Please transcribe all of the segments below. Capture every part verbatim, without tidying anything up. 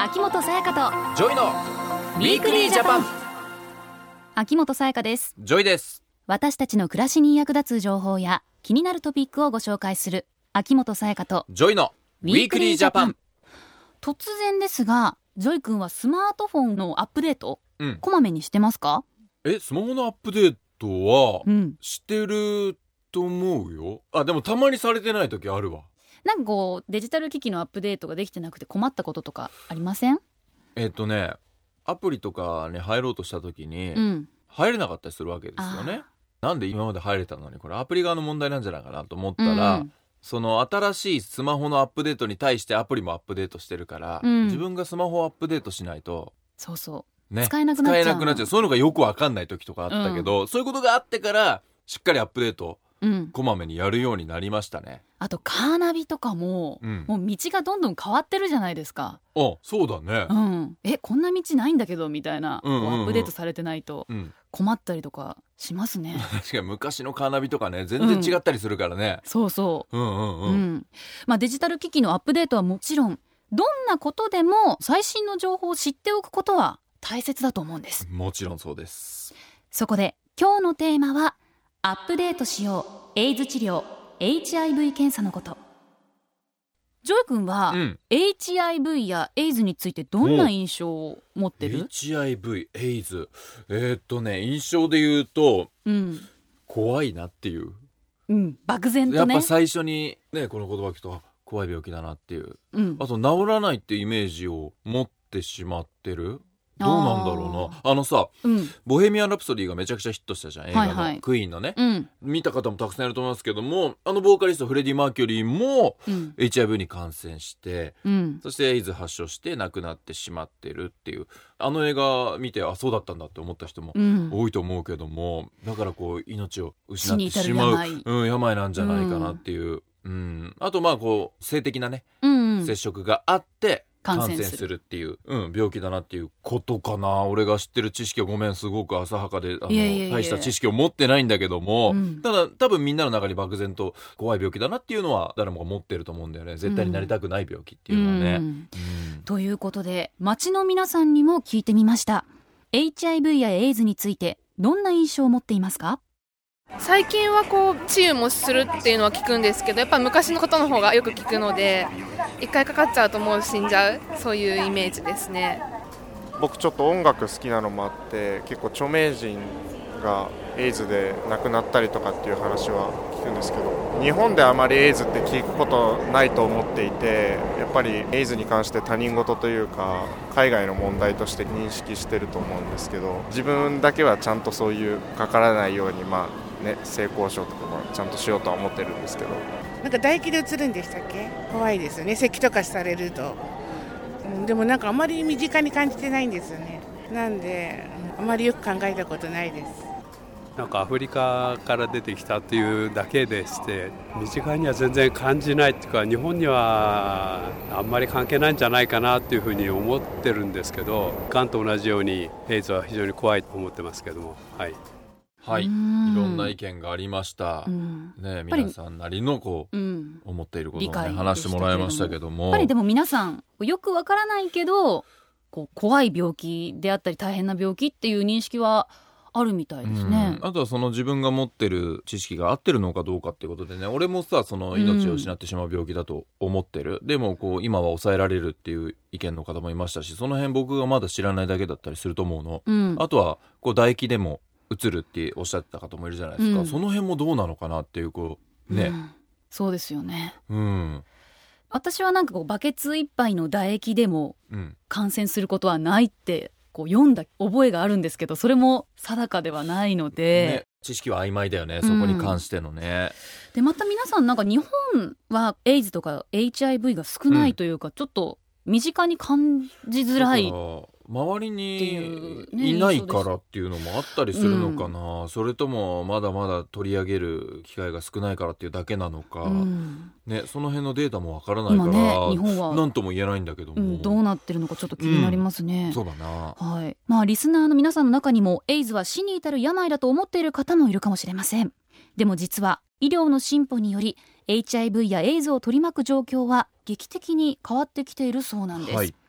秋元才加とジョイのウィークリージャパン。 秋元才加です。 ジョイです。 私たちの暮らしに役立つ情報や気になるトピックをご紹介する秋元才加とジョイのウィークリージャパン。 突然ですが、ジョイ君はスマートフォンのアップデート、 うん、 こまめにしてますか？ え、スマホのアップデートは、 うん、 してると思うよ。あ、でもたまにされてない時あるわ。 なんかこうデジタル機器のアップデートができてなくて困ったこととかありません？ えっとねアプリとかに入ろうとした時に、 うん、 入れなかったりするわけですよね。なんで今まで入れたのにこれアプリ側の問題なんじゃないかなと思ったら、うん、その新しいスマホのアップデートに対してアプリもアップデートしてるから、うん、自分がスマホをアップデートしないとそうそう、 ね、 使えなくなっちゃう使えなくなっちゃう。そういうのがよく分かんない時とかあったけど、うん、そういうことがあってからしっかりアップデート、うん、こまめにやるようになりましたね。 あとカーナビとかも、うん、もう道がどんどん変わってるじゃないですか。 あ、そうだね、 うん、え、こんな道ないんだけどみたいな、うんうんうん、アップデートされてないと困ったりとかしますね。 確かに昔のカーナビとかね全然違ったりするからね、 うん、そうそう、 うんうんうんうん、 まあ、デジタル機器のアップデートはもちろんどんなことでも最新の情報を知っておくことは大切だと思うんです。 もちろんそうです。 そこで今日のテーマはアップデートしようエイズ治療 エイチアイブイ 検査のこと。ジョイ君は、うん、エイチアイブイ やエイズについてどんな印象を持ってる？ エイチアイブイ、エイズ、えー、っとね印象で言うと、うん、怖いなっていう、 うん、漠然とね。 やっぱ最初にねこの言葉聞くと怖い病気だなっていう、うん、あと治らないっていうイメージを持ってしまってる。どうなんだろうな。あのさ、うん、ボヘミアン・ラプソディがめちゃくちゃヒットしたじゃん、映画の、はいはい、クイーンのね、うん、見た方もたくさんいると思いますけども、あのボーカリストフレディ・マーキュリーも、うん、エイチアイブイ に感染して、うん、そしてエイズ発症して亡くなってしまってるっていう、あの映画見てあそうだったんだって思った人も多いと思うけども、だからこう命を失ってしまう病、うん、病なんじゃないかなっていう、うん、あとまあこう性的なね、うんうん、接触があって感染するっていう、うん、病気だなっていうことかな。俺が知ってる知識はごめんすごく浅はかであのいやいやいや大した知識を持ってないんだけども、うん、ただ多分みんなの中に漠然と怖い病気だなっていうのは誰もが持ってると思うんだよね。絶対になりたくない病気っていうのはね、うんうん、 ということで街の皆さんにも聞いてみました。 エイチアイブイ やエイズについてどんな印象を持っていますか？ 最近はこう治癒もするっていうのは聞くんですけど、やっぱ昔のことの方がよく聞くので、一回かかっちゃうともう死んじゃう、そういうイメージですね。 僕ちょっと音楽好きなのもあって結構著名人がエイズで亡くなったりとかっていう話は聞くんですけど、日本であまりエイズって聞くことないと思っていて、やっぱりエイズに関して他人事というか海外の問題として認識してると思うんですけど、自分だけはちゃんとそういうかからないようにまあね、性交渉とかもちゃんとしようとは思ってるんですけど、 なんか唾液でうつるんでしたっけ？怖いですよね、咳とかされると、うん、でもなんかあまり身近に感じてないんですよね。なんであまりよく考えたことないです。 なんかアフリカから出てきたというだけでして身近には全然感じないっていうか、日本にはあんまり関係ないんじゃないかなっていうふうに思ってるんですけど、がんと同じようにエイズは非常に怖いと思ってますけども、はいはい、いろんな意見がありました、うんね、皆さんなりのこう、うん、思っていることを、ね、話してもらいましたけども、 やっぱりでも皆さんよくわからないけどこう怖い病気であったり大変な病気っていう認識はあるみたいですね、 うん、あとはその自分が持ってる知識が合ってるのかどうかっていうことでね、俺もさその命を失ってしまう病気だと思ってる、うん、でもこう今は抑えられるっていう意見の方もいましたし、その辺僕がまだ知らないだけだったりすると思うの、うん、あとはこう唾液でも映るっておっしゃってた方もいるじゃないですか、うん、その辺もどうなのかなっていうこうね、うん、 そうですよね、 うん、 私はなんかこうバケツ一杯の唾液でも感染することはないってこう読んだ覚えがあるんですけど、それも定かではないので、 ね、知識は曖昧だよね、そこに関してのね、 うん、でまた皆さんなんか日本はエイズとか エイチアイブイ が少ないというか、うん、ちょっと身近に感じづらい、 周りにいないからっていうのもあったりするのかな、うん、それともまだまだ取り上げる機会が少ないからっていうだけなのか、うんね、その辺のデータもわからないから、ね、日本は何とも言えないんだけども、うん、 どうなってるのかちょっと気になりますね、 うん、そうだな、 はいまあ、リスナーの皆さんの中にもエイズは死に至る病だと思っている方もいるかもしれません。でも実は医療の進歩により エイチアイブイ やエイズを取り巻く状況は劇的に変わってきているそうなんです、はい、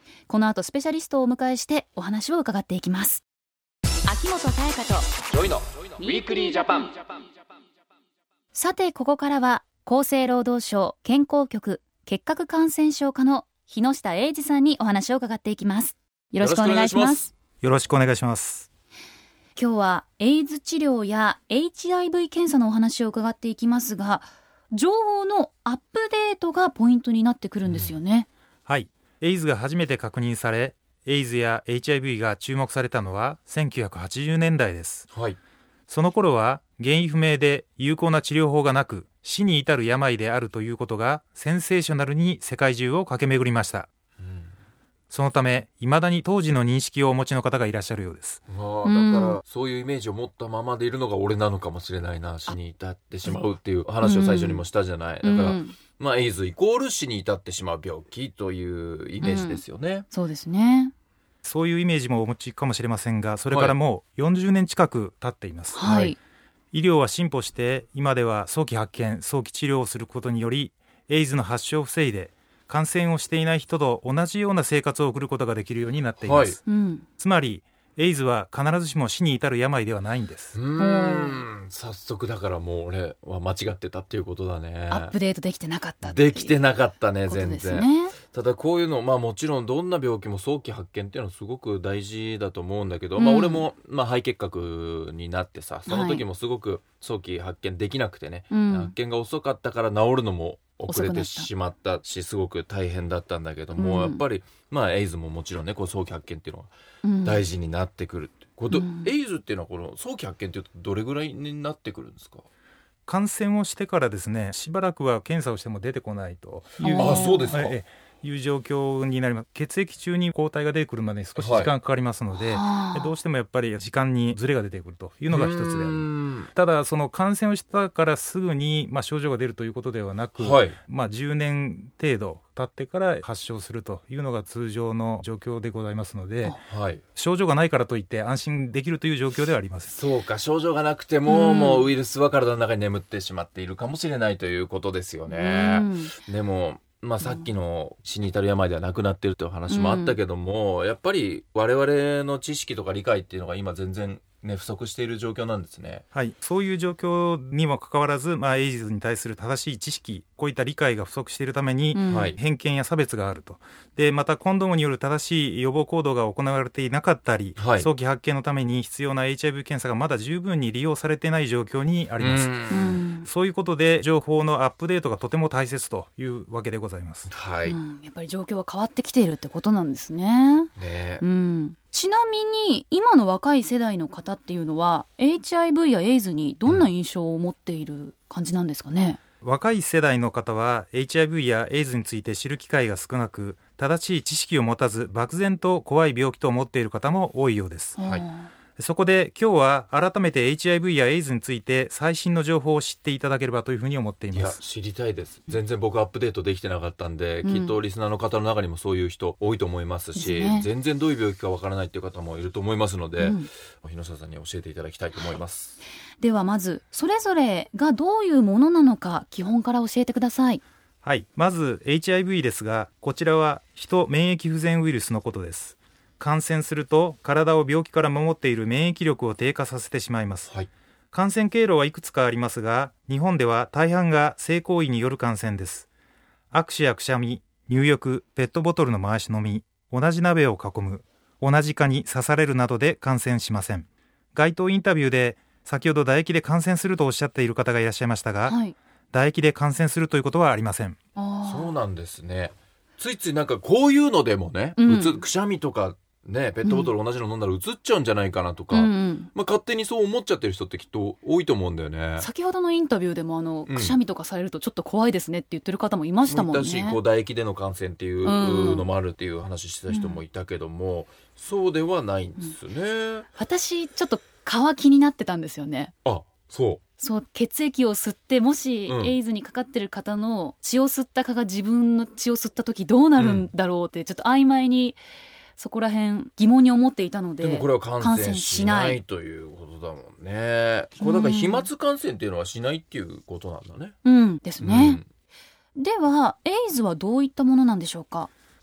この後スペシャリストをお迎えしてお話を伺っていきます。秋元彩香とジョイのウィークリージャパン。 さてここからは厚生労働省健康局結核感染症科の日下英二さんにお話を伺っていきます。よろしくお願いします。 よろしくお願いします。 今日はエイズ治療や エイチアイブイ 検査のお話を伺っていきますが、情報のアップデートがポイントになってくるんですよね、 うん、はい。エイズが初めて確認され、エイズや エイチアイブイ が注目されたのはせんきゅうひゃくはちじゅうねんだいです、 はい、 その頃は原因不明で有効な治療法がなく、死に至る病であるということがセンセーショナルに世界中を駆け巡りました、うん、そのため未だに当時の認識をお持ちの方がいらっしゃるようです。 ああ、だからそういうイメージを持ったままでいるのが俺なのかもしれないな、死に至ってしまうっていう話を最初にもしたじゃない、うん、だから、うんまあ、エイズイコール死に至ってしまう病気というイメージですよね、うん、 そうですね。 そういうイメージもお持ちかもしれませんが、それからもうよんじゅうねん近く経っています、 はいはい、 医療は進歩して今では早期発見早期治療をすることによりエイズの発症を防いで感染をしていない人と同じような生活を送ることができるようになっています、はいうん、つまりエイズは必ずしも死に至る病ではないんです。 うーん早速だからもう俺は間違ってたっていうことだね。 アップデートできてなかったっていうできてなかったね全然、 ね、 ただこういうの、まあ、もちろんどんな病気も早期発見っていうのはすごく大事だと思うんだけど、うんまあ、俺も、まあ、肺結核になってさその時もすごく早期発見できなくてね、はい、発見が遅かったから治るのも遅れてしまったしすごく大変だったんだけども、うん、やっぱり、まあ、エイズももちろんねこう早期発見っていうのが大事になってくるってこと、うん、エイズっていうのはこの早期発見っていうとどれぐらいになってくるんですか？ 感染をしてからですねしばらくは検査をしても出てこないというああそうですか、 ええいう状況になります。血液中に抗体が出てくるまでに少し時間かかりますので、はい、どうしてもやっぱり時間にズレが出てくるというのが一つである。ただその感染をしたからすぐに、まあ、症状が出るということではなく、はいまあ、じゅうねん程度経ってから発症するというのが通常の状況でございますので、はい、症状がないからといって安心できるという状況ではありません。 そうか症状がなくても、うん、もうウイルスは体の中に眠ってしまっているかもしれないということですよね。でもまあ、さっきの死に至る病ではなくなっているという話もあったけども、うん、やっぱり我々の知識とか理解っていうのが今全然、ね、不足している状況なんですね。 はい、そういう状況にもかかわらず、まあ、エイズに対する正しい知識こういった理解が不足しているために、うん、偏見や差別があると。でまたコンドームによる正しい予防行動が行われていなかったり、はい、早期発見のために必要な エイチアイブイ 検査がまだ十分に利用されていない状況にあります。うんそういうことで情報のアップデートがとても大切というわけでございます、 はいうん、やっぱり状況は変わってきているってことなんですね。 ね、 うん、ちなみに今の若い世代の方っていうのは エイチアイブイ やエイズにどんな印象を持っている感じなんですかね。 うん、若い世代の方は エイチアイブイ やエイズについて知る機会が少なく正しい知識を持たず漠然と怖い病気と思っている方も多いようです、はいそこで今日は改めて エイチアイブイ やエイズについて最新の情報を知っていただければというふうに思っています。 いや知りたいです。全然僕アップデートできてなかったんで、うん、きっとリスナーの方の中にもそういう人多いと思いますし、ね、全然どういう病気かわからないっていう方もいると思いますので、うん、日下さんに教えていただきたいと思います。 ではまずそれぞれがどういうものなのか基本から教えてください。 はい、まず エイチアイブイ ですがこちらは人免疫不全ウイルスのことです。感染すると体を病気から守っている免疫力を低下させてしまいます、はい、感染経路はいくつかありますが日本では大半が性行為による感染です。握手やくしゃみ、入浴、ペットボトルの回し飲み、同じ鍋を囲む、同じ蚊に刺されるなどで感染しません。街頭インタビューで先ほど唾液で感染するとおっしゃっている方がいらっしゃいましたが、はい、唾液で感染するということはありません。 あそうなんですね。ついついなんかこういうのでもね、うん、うつくしゃみとかね、ペットボトル同じの飲んだらうつっちゃうんじゃないかなとか、うんうんまあ、勝手にそう思っちゃってる人ってきっと多いと思うんだよね。 先ほどのインタビューでもあの、うん、くしゃみとかされるとちょっと怖いですねって言ってる方もいましたもんね。 だしこう唾液での感染っていうのもあるっていう話してた人もいたけども、うん、そうではないんですね、うん、 私ちょっと蚊気になってたんですよね。 あ、そうそう血液を吸ってもしエイズにかかってる方の血を吸った蚊が自分の血を吸った時どうなるんだろうってちょっと曖昧にそこら辺疑問に思っていたので、 でもこれは感染しないということだもんね。これだから飛沫感染っていうのはしないっていうことなんだね。 うんですね、うん、ではエイズはどういったものなんでしょうか。 はい、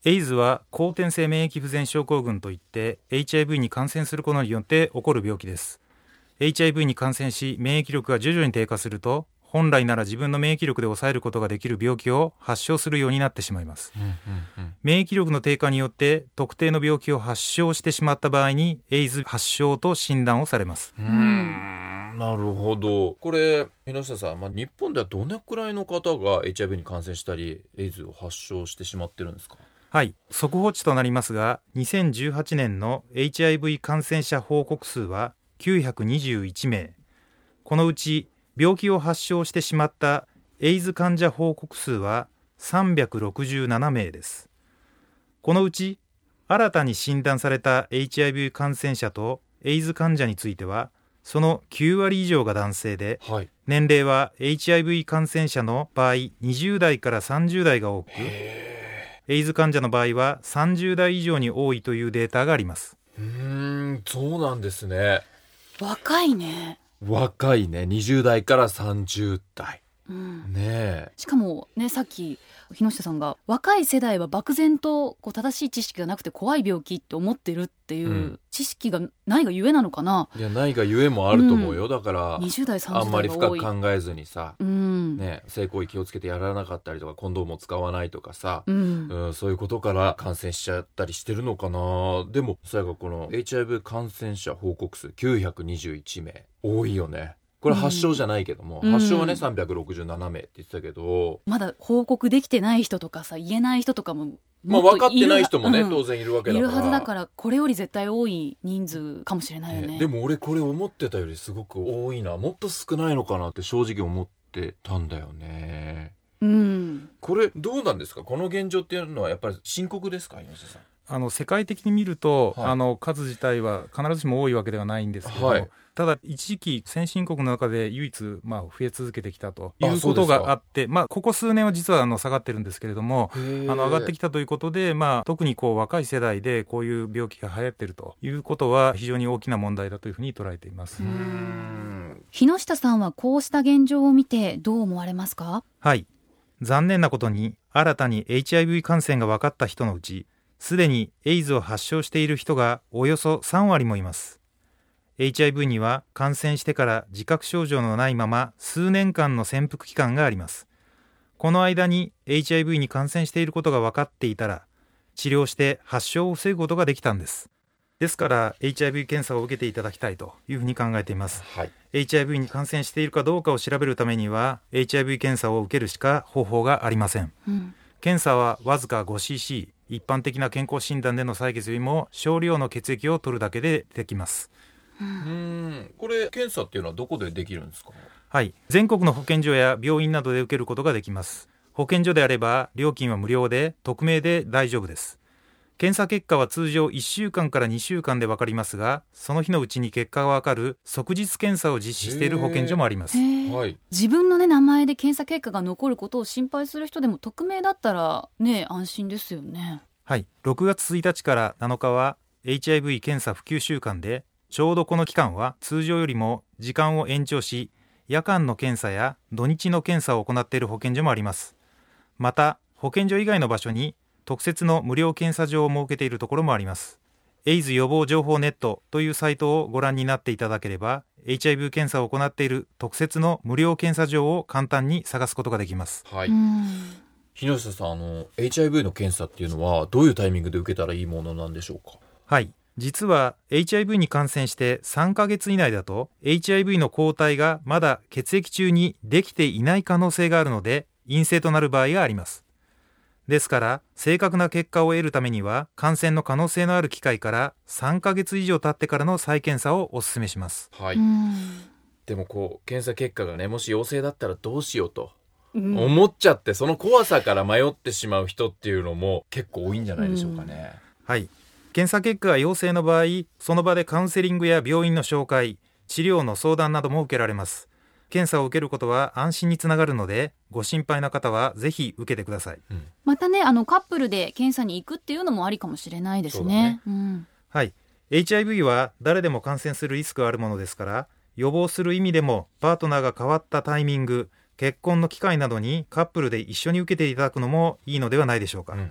エイズは後天性免疫不全症候群といって エイチアイブイ に感染することによって起こる病気です。 エイチアイブイ に感染し免疫力が徐々に低下すると、本来なら自分の免疫力で抑えることができる病気を発症するようになってしまいます、うんうんうん、免疫力の低下によって特定の病気を発症してしまった場合にエイズ発症と診断をされます。 うーん、なるほど。これ木下さん、まあ、日本ではどのくらいの方が エイチアイブイ に感染したりエイズを発症してしまってるんですか？ はい、速報値となりますが、にせんじゅうはちねんの エイチアイブイ 感染者報告数はきゅうひゃくにじゅういちめい。このうち病気を発症してしまったエイズ患者報告数はさんびゃくろくじゅうななめいです。このうち新たに診断された エイチアイブイ 感染者とエイズ患者についてはそのきゅうわり以上が男性で、はい、年齢は エイチアイブイ 感染者の場合にじゅうだいからさんじゅうだいが多く、エイズ患者の場合はさんじゅうだい以上に多いというデータがあります。 うーん、そうなんですね。 若いね。 若いね。にじゅうだいからさんじゅうだい、うん、ねえ。 しかもね、さっき木下さんが若い世代は漠然とこう正しい知識がなくて怖い病気って思ってるっていう、うん、知識がないがゆえなのかな。 いや、ないがゆえもあると思うよ、うん、だからにじゅうだいさんじゅうあんだいが多い。 まり深く考えずにさ、 うんね、性行為気をつけてやらなかったりとかコンドームを使わないとかさ、 うんうん、そういうことから感染しちゃったりしてるのかな。でも最後この エイチアイブイ 感染者報告数きゅうひゃくにじゅういちめい、多いよね。これ発症じゃないけども、うん、発症はねさんびゃくろくじゅうななめいって言ってたけど、 まだ報告できてない人とかさ、言えない人とかもまあ、分かってない人もね、うん、当然いるわけだからいるはずだから、これより絶対多い人数かもしれないよね、 ね。でも俺これ思ってたよりすごく多いな、もっと少ないのかなって正直思ってたんだよね。 うん、 これどうなんですか、この現状っていうのはやっぱり深刻ですか、吉田さん。 あの世界的に見ると、 はい、 あの数自体は必ずしも多いわけではないんですけど、はい、ただ一時期先進国の中で唯一、まあ、増え続けてきたということがあって、まあ、ここ数年は実はあの下がってるんですけれども、あの上がってきたということで、まあ、特にこう若い世代でこういう病気が流行っているということは非常に大きな問題だというふうに捉えています。 うーん、木下さんはこうした現状を見てどう思われますか？ はい、残念なことに新たに エイチアイブイ 感染が分かった人のうちすでにエイズを発症している人がおよそさんわりもいます。 エイチアイブイ には感染してから自覚症状のないまま数年間の潜伏期間があります。この間に エイチアイブイ に感染していることが分かっていたら治療して発症を防ぐことができたんです。ですから エイチアイブイ 検査を受けていただきたいというふうに考えています、はい、エイチアイブイ に感染しているかどうかを調べるためには エイチアイブイ 検査を受けるしか方法がありません、うん、検査はわずか ごシーシー、一般的な健康診断での採血よりも少量の血液を取るだけでできます。 うーん、これ検査っていうのはどこでできるんですか？ はい、全国の保健所や病院などで受けることができます。保健所であれば料金は無料で匿名で大丈夫です。検査結果は通常いっしゅうかんからにしゅうかんで分かりますが、その日のうちに結果が分かる即日検査を実施している保健所もあります。 はい、自分の、ね、名前で検査結果が残ることを心配する人でも匿名だったら、ね、安心ですよね。 はい、ろくがつついたちからなのかは エイチアイブイ 検査普及週間で、ちょうどこの期間は通常よりも時間を延長し夜間の検査や土日の検査を行っている保健所もあります。また保健所以外の場所に特設の無料検査場を設けているところもあります。エイズ予防情報ネットというサイトをご覧になっていただければ エイチアイブイ 検査を行っている特設の無料検査場を簡単に探すことができます。 はい、木下さん、あの エイチアイブイ の検査っていうのはどういうタイミングで受けたらいいものなんでしょうか？ はい、実は エイチアイブイ に感染してさんかげつ以内だと エイチアイブイ の抗体がまだ血液中にできていない可能性があるので陰性となる場合があります。ですから正確な結果を得るためには感染の可能性のある機会からさんかげつ以上経ってからの再検査をお勧めします。 はい、でもこう検査結果がね、もし陽性だったらどうしようと思っちゃって、その怖さから迷ってしまう人っていうのも結構多いんじゃないでしょうかね。 はい、検査結果が陽性の場合、その場でカウンセリングや病院の紹介、治療の相談なども受けられます。検査を受けることは安心につながるので、ご心配な方はぜひ受けてください、 うん、またね、あのカップルで検査に行くっていうのもありかもしれないですね。うん、 はい、エイチアイブイ は誰でも感染するリスクがあるものですから、予防する意味でもパートナーが変わったタイミング、結婚の機会などにカップルで一緒に受けていただくのもいいのではないでしょうか、うん、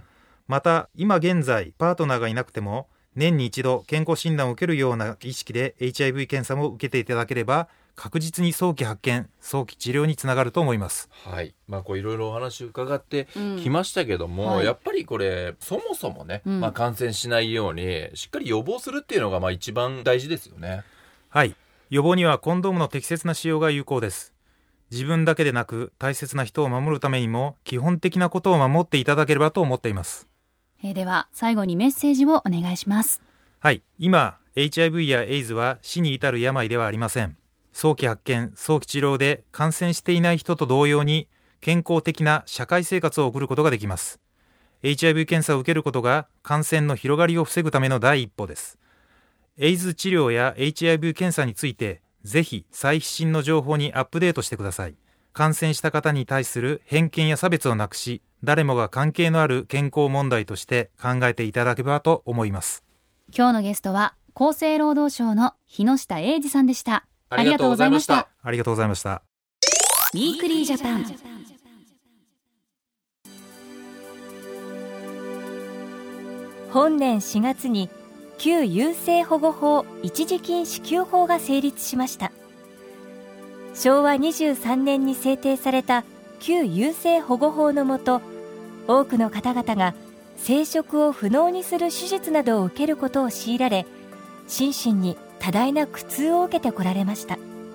また今現在パートナーがいなくても年に一度健康診断を受けるような意識で エイチアイブイ 検査も受けていただければ確実に早期発見早期治療につながると思います。 はい、まあ、こういろいろお話伺ってきましたけども、うんはい、やっぱりこれそもそもね、うんまあ、感染しないようにしっかり予防するっていうのがまあ一番大事ですよね。 はい、予防にはコンドームの適切な使用が有効です。自分だけでなく大切な人を守るためにも基本的なことを守っていただければと思っています。 えー、では最後にメッセージをお願いします。 はい、今 エイチアイブイ やエイズは死に至る病ではありません。早期発見早期治療で感染していない人と同様に健康的な社会生活を送ることができます。 エイチアイブイ 検査を受けることが感染の広がりを防ぐための第一歩です。エイズ治療や エイチアイブイ 検査についてぜひ最新の情報にアップデートしてください。感染した方に対する偏見や差別をなくし誰もが関係のある健康問題として考えていただければと思います。 今日のゲストは厚生労働省の日下英二さんでした。ありがとうございました。 ありがとうございました。 ウィークリージャパン。 本年しがつに旧優生保護法一時金支給法が成立しました。しょうわにじゅうさんねんに制定された旧優生保護法のもと、多くの方々が生殖を不能にする手術などを受けることを強いられ、心身に多大な苦痛を受けてこられました。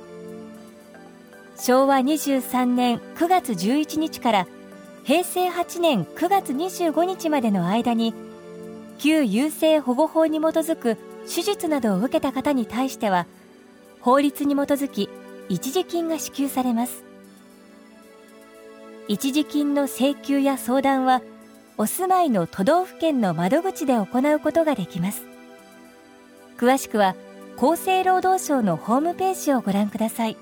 しょうわにじゅうさんねんくがつじゅういちにちからへいせいはちねんくがつにじゅうごにちまでの間に旧優生保護法に基づく手術などを受けた方に対しては法律に基づき一時金が支給されます。一時金の請求や相談はお住まいの都道府県の窓口で行うことができます。詳しくは厚生労働省のホームページをご覧ください。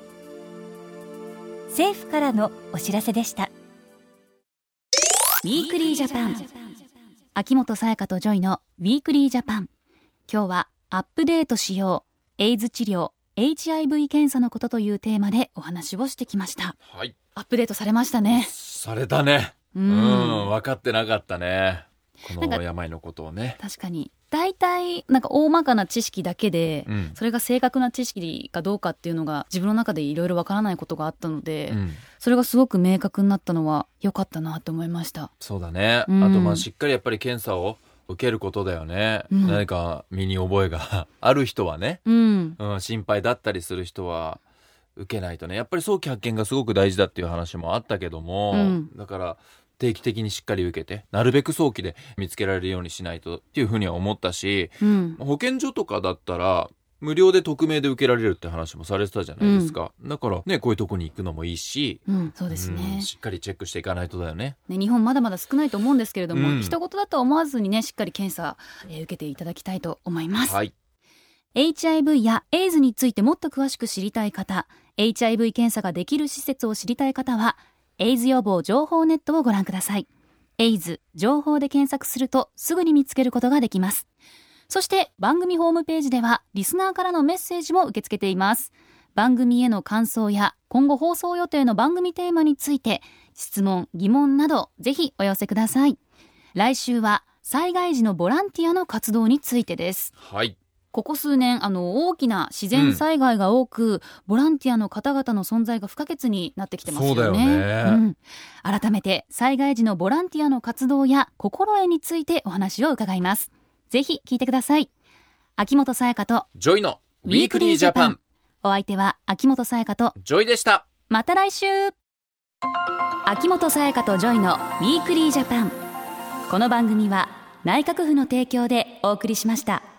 政府からのお知らせでした。 ウィークリージャパン。秋元才加とジョイのウィークリージャパン。今日はアップデートしようエイズ治療 エイチアイブイ 検査のことというテーマでお話をしてきました。 はい、 アップデートされましたね。 されたね。うん、うん分かってなかったね、この病のことをね。 確かに大体なんか大まかな知識だけで、うん、それが正確な知識かどうかっていうのが自分の中でいろいろわからないことがあったので、うん、それがすごく明確になったのは良かったなと思いました。 そうだね、うん、あとまあしっかりやっぱり検査を受けることだよね、うん、何か身に覚えがある人はね、うんうん、心配だったりする人は受けないとね。やっぱり早期発見がすごく大事だっていう話もあったけども、うん、だから定期的にしっかり受けてなるべく早期で見つけられるようにしないとっていうふうには思ったし、うん、保健所とかだったら無料で匿名で受けられるって話もされてたじゃないですか、うん、だからねこういうとこに行くのもいいし、 うん、そうですね、 うん、しっかりチェックしていかないとだよ ね, ね日本まだまだ少ないと思うんですけれども、うん、人事だと思わずにねしっかり検査、えー、受けていただきたいと思います、はい、エイチアイブイ やエイズについてもっと詳しく知りたい方、 エイチアイブイ 検査ができる施設を知りたい方はエイズ予防情報ネットをご覧ください。エイズ情報で検索するとすぐに見つけることができます。そして番組ホームページではリスナーからのメッセージも受け付けています。番組への感想や今後放送予定の番組テーマについて質問疑問などぜひお寄せください。来週は災害時のボランティアの活動についてです。 はい、 ここ数年あの大きな自然災害が多く、うん、ボランティアの方々の存在が不可欠になってきてますよね。 そうだよね、うん、 改めて災害時のボランティアの活動や心得についてお話を伺います。ぜひ聞いてください。秋元才加とジョイのウィークリージャパン。 お相手は秋元才加とジョイでした。 また来週。秋元才加とジョイのウィークリージャパン。この番組は内閣府の提供でお送りしました。